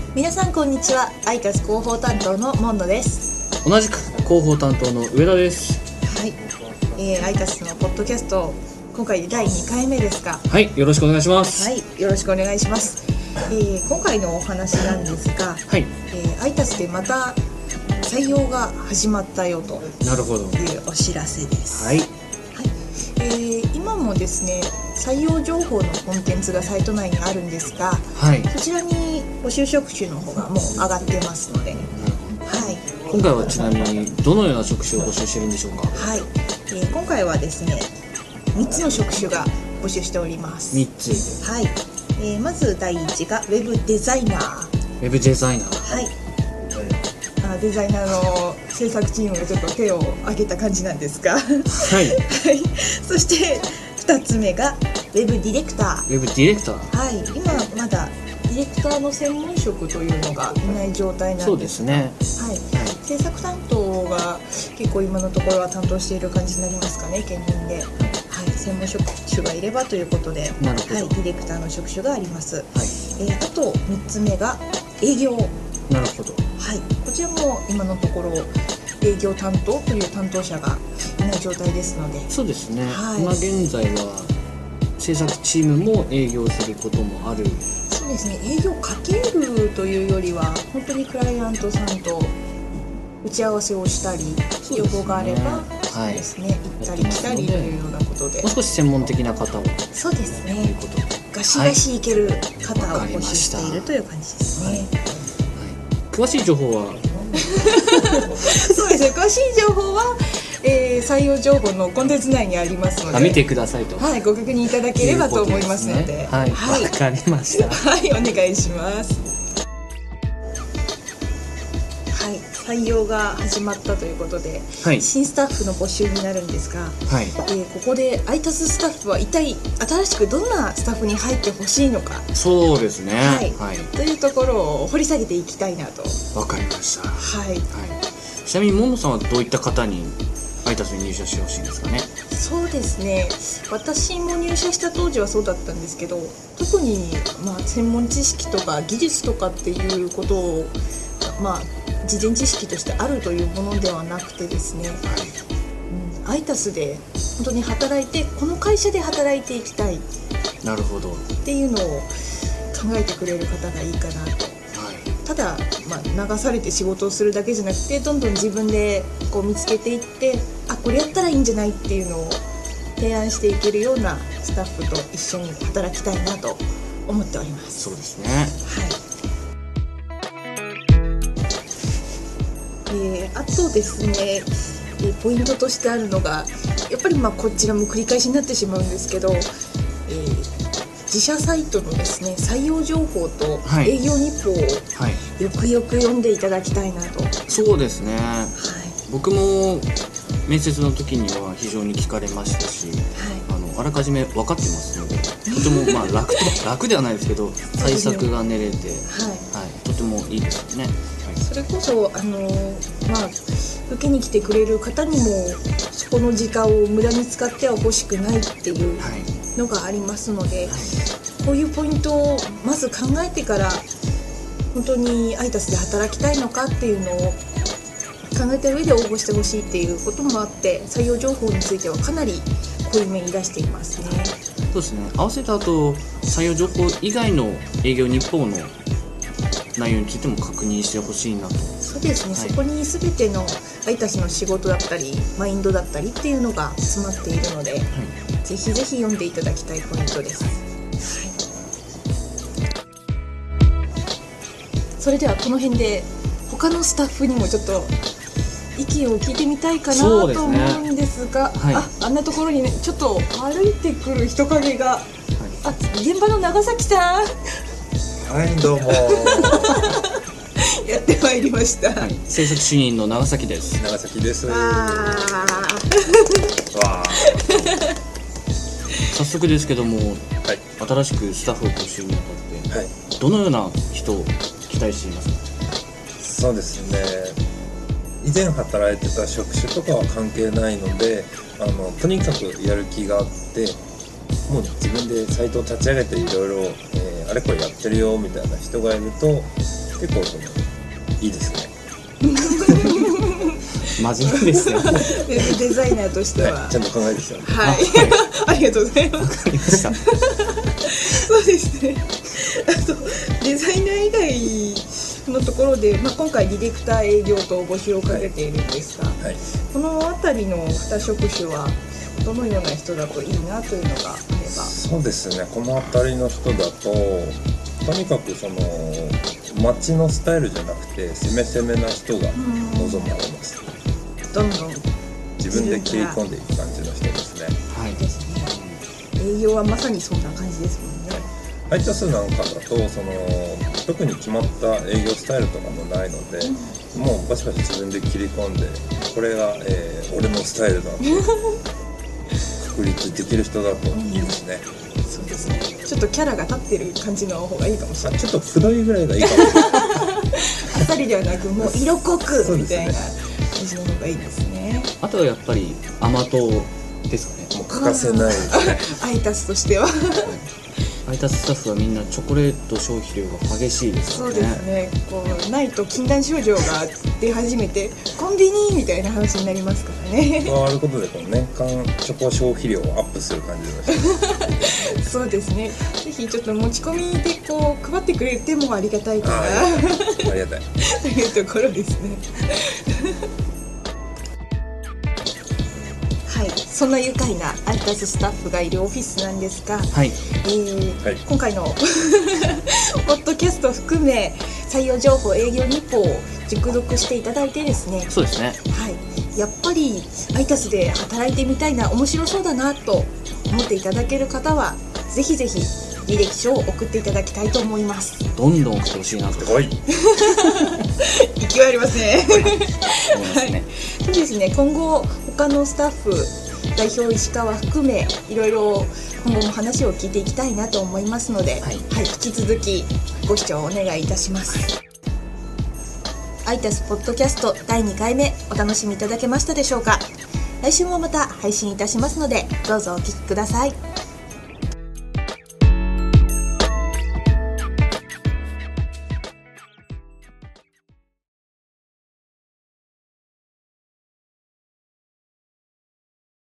皆さんこんにちは。アイタス広報担当のモンドです。 同じく広報担当の上田です。 はい、アイタスのポッドキャスト、今回第2回目ですか。 はい、よろしくお願いします。 はい、よろしくお願いします。今回のお話なんですが、 はい、 アイタスでまた採用が始まったよというお知らせです。 はい、 今もですね、採用情報のコンテンツがサイト内にあるんですが、 はい、 そちらに募集職種の方がもう上がってますので、はい、 今回はちなみにどのような職種を募集しているんでしょうか。 はい、今回はですね、3つの職種が募集しております。 3つ。 はい、まず第1がウェブデザイナー。 ウェブデザイナー。 はい。デザイナーの制作チームがちょっと手を挙げた感じなんですが、はい。そして2つ目がウェブディレクター。 ウェブディレクター。 はい。今まだディレクターの専門職というのがいない状態なんですが、 そうですね。 はい。制作担当が結構今のところは担当している感じになりますかね、兼任で。はい。専門職種がいればということで、 なるほど。 はい。ディレクターの職種があります。 はい。 あと3つ目が営業。 なるほど。 はい、こちらも今のところ営業担当という担当者がいない状態ですので。 そうですね、 はい、 今現在は制作チームも営業することもある。 そうですね、営業かけるというよりは本当にクライアントさんと打ち合わせをしたり、要望があればそうですね、行ったり来たりというようなことで、 もう少し専門的な方を。 そうですね、 ということでガシガシいける方を募集しているという感じですね。 詳しい情報はそうですね、詳しい情報は、採用情報のコンテンツ内にありますので、 見てくださいと、 はい、ご確認いただければと思いますので、 はい、はい、わかりました。 はい、お願いします。はい、採用が始まったということで、はい、新スタッフの募集になるんですが、はい、ここでアイタススタッフは一体新しくどんなスタッフに入ってほしいのか。 そうですね、はい、 はい、というところを掘り下げていきたいなと。 わかりました。 はい、はい、 ちなみにモンドさんはどういった方にアイタスに入社してほしいんですかね。 そうですね、私も入社した当時はそうだったんですけど、特に、専門知識とか技術とかっていうことを、事前知識としてあるというものではなくてですね、アイタスで本当に働いて、この会社で働いていきたい、 なるほどっていうのを考えてくれる方がいいかなと。ただ、流されて仕事をするだけじゃなくて、どんどん自分でこう見つけていって、これやったらいいんじゃないっていうのを提案していけるようなスタッフと一緒に働きたいなと思っております。 そうですね、 はい。あとですね、ポイントとしてあるのが、やっぱりこちらも繰り返しになってしまうんですけど、自社サイトのですね、採用情報と営業日報をよくよく読んでいただきたいなと。 そうですね、僕も面接の時には非常に聞かれましたし、あらかじめ分かってますので、とても楽ではないですけど、対策が練れて、とてもいいですよね。 それこそ受けに来てくれる方にもそこの時間を無駄に使っては欲しくないっていうのがありますので、こういうポイントをまず考えてから本当にアイタスで働きたいのかっていうのを考えた上で応募してほしいっていうこともあって、採用情報についてはかなり濃いめに出していますね。 そうですね、合わせた後採用情報以外の営業日報の内容についても確認してほしいなと。 そうですね、そこに全てのアイタスの仕事だったりマインドだったりっていうのが詰まっているので、ぜひぜひ読んでいただきたいポイントです。それではこの辺で他のスタッフにもちょっと意見を聞いてみたいかなと思うんですが、あんなところにね、ちょっと歩いてくる人影が、現場の長崎さんはい、どうもやってまいりました、 制作主任の長崎です。 長崎です。 早速ですけども、新しくスタッフを募集にあたって、どのような人を期待していますか。 そうですね、以前働いてた職種とかは関係ないので、とにかくやる気があって、もう自分でサイトを立ち上げていろいろあれこれやってるよみたいな人がいると結構いいですね。 真面目ですよ。 デザイナーとしては、 はい、ちゃんと考えてきたんで。 はい、ありがとうございます。 わかりました。 そうですね。あとデザイナー以外のところで、今回ディレクター営業と募集をかけているんですが、 はい、 この辺りの2職種はどのような人だといいなというのがあれば。 そうですね、この辺りの人だととにかくその街のスタイルじゃなくて攻めな人が望まれます。 どんどん自分で切り込んでいく感じの人ですね。 はいですね。営業はまさにそんな感じですもんね。 配達なんかだと特に決まった営業スタイルとかもないので、もうバシバシ自分で切り込んでこれが、俺のスタイルだと確立できる人だといいですね。 そうですね。ちょっとキャラが立ってる感じの方がいいかもしれない。 ちょっとくどいぐらいがいいかもしれない。 あっさりではなくもう色濃くみたいなそ感じの方がいいですね。 あとはやっぱり甘党ですかね。 もう欠かせないですね。 アイタスとしては配達スタッフはみんなチョコレート消費量が激しいですからね。 そうですね。こうないと禁断症状が出始めてコンビニみたいな話になりますからね。 加わることでこの年間チョコ消費量をアップする感じの人。 そうですね。ぜひちょっと持ち込みでこう配ってくれてもありがたいかなありがたい。 というところですね。はい、そんな愉快なアイタススタッフがいるオフィスなんですが、 はいはい今回のポッドキャスト含め採用情報営業日報を熟読していただいてですね、 そうですね。 はい、やっぱりアイタスで働いてみたいな、面白そうだなと思っていただける方はぜひぜひ履歴書を送っていただきたいと思います。 どんどん送ってほしいなとはい。 勢いありますね。 思いますね。 そうですね。今後他のスタッフ、代表石川含めいろいろ今後も話を聞いていきたいなと思いますので、 はい引き続きご視聴お願いいたします。アイタスポッドキャスト第2回目お楽しみいただけましたでしょうか。来週もまた配信いたしますのでどうぞお聞きください。